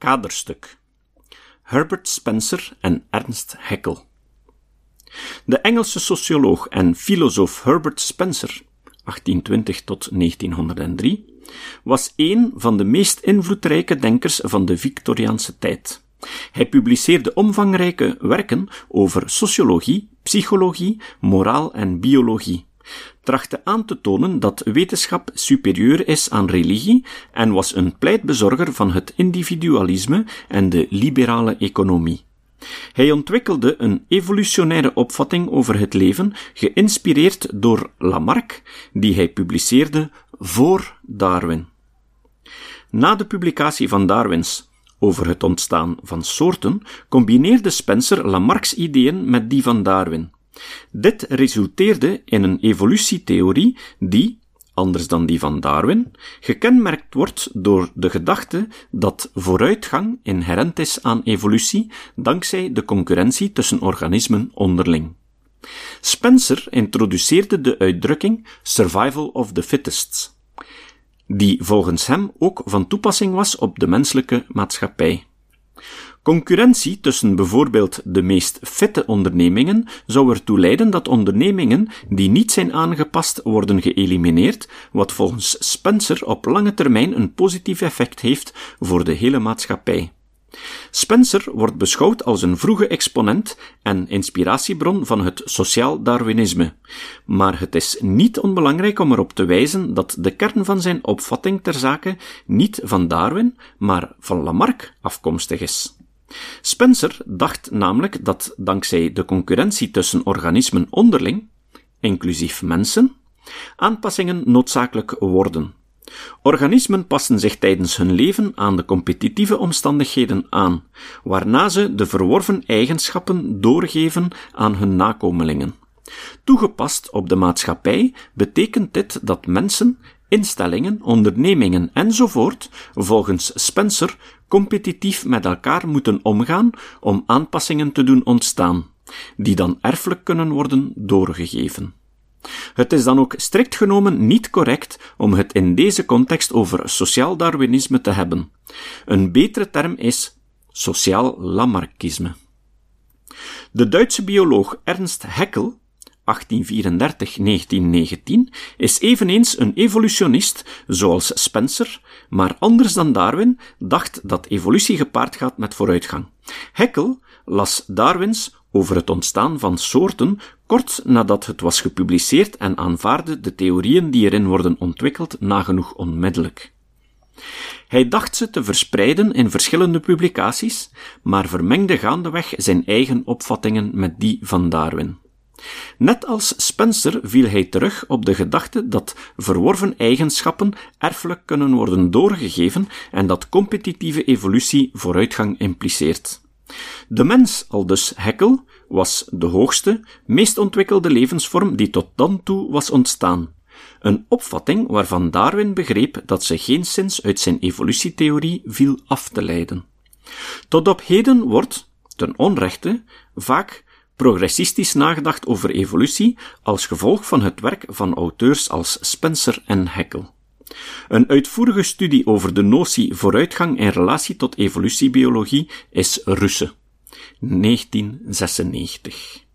Kaderstuk. Herbert Spencer en Ernst Haeckel. De Engelse socioloog en filosoof Herbert Spencer, 1820 tot 1903, was een van de meest invloedrijke denkers van de Victoriaanse tijd. Hij publiceerde omvangrijke werken over sociologie, psychologie, moraal en biologie, trachtte aan te tonen dat wetenschap superieur is aan religie en was een pleitbezorger van het individualisme en de liberale economie. Hij ontwikkelde een evolutionaire opvatting over het leven, geïnspireerd door Lamarck, die hij publiceerde voor Darwin. Na de publicatie van Darwins over het ontstaan van soorten, combineerde Spencer Lamarck's ideeën met die van Darwin. Dit resulteerde in een evolutietheorie die, anders dan die van Darwin, gekenmerkt wordt door de gedachte dat vooruitgang inherent is aan evolutie dankzij de concurrentie tussen organismen onderling. Spencer introduceerde de uitdrukking survival of the fittest, die volgens hem ook van toepassing was op de menselijke maatschappij. Concurrentie tussen bijvoorbeeld de meest fitte ondernemingen zou ertoe leiden dat ondernemingen die niet zijn aangepast worden geëlimineerd, wat volgens Spencer op lange termijn een positief effect heeft voor de hele maatschappij. Spencer wordt beschouwd als een vroege exponent en inspiratiebron van het sociaal Darwinisme, maar het is niet onbelangrijk om erop te wijzen dat de kern van zijn opvatting ter zake niet van Darwin, maar van Lamarck afkomstig is. Spencer dacht namelijk dat dankzij de concurrentie tussen organismen onderling, inclusief mensen, aanpassingen noodzakelijk worden. Organismen passen zich tijdens hun leven aan de competitieve omstandigheden aan, waarna ze de verworven eigenschappen doorgeven aan hun nakomelingen. Toegepast op de maatschappij betekent dit dat mensen, instellingen, ondernemingen enzovoort, volgens Spencer, competitief met elkaar moeten omgaan om aanpassingen te doen ontstaan, die dan erfelijk kunnen worden doorgegeven. Het is dan ook strikt genomen niet correct om het in deze context over sociaal Darwinisme te hebben. Een betere term is sociaal Lamarckisme. De Duitse bioloog Ernst Haeckel, 1834-1919, is eveneens een evolutionist, zoals Spencer, maar anders dan Darwin dacht dat evolutie gepaard gaat met vooruitgang. Haeckel las Darwins over het ontstaan van soorten kort nadat het was gepubliceerd en aanvaardde de theorieën die erin worden ontwikkeld nagenoeg onmiddellijk. Hij dacht ze te verspreiden in verschillende publicaties, maar vermengde gaandeweg zijn eigen opvattingen met die van Darwin. Net als Spencer viel hij terug op de gedachte dat verworven eigenschappen erfelijk kunnen worden doorgegeven en dat competitieve evolutie vooruitgang impliceert. De mens, aldus Haeckel, was de hoogste, meest ontwikkelde levensvorm die tot dan toe was ontstaan. Een opvatting waarvan Darwin begreep dat ze geenszins uit zijn evolutietheorie viel af te leiden. Tot op heden wordt, ten onrechte, vaak progressistisch nagedacht over evolutie als gevolg van het werk van auteurs als Spencer en Haeckel. Een uitvoerige studie over de notie vooruitgang in relatie tot evolutiebiologie is Russe, 1996.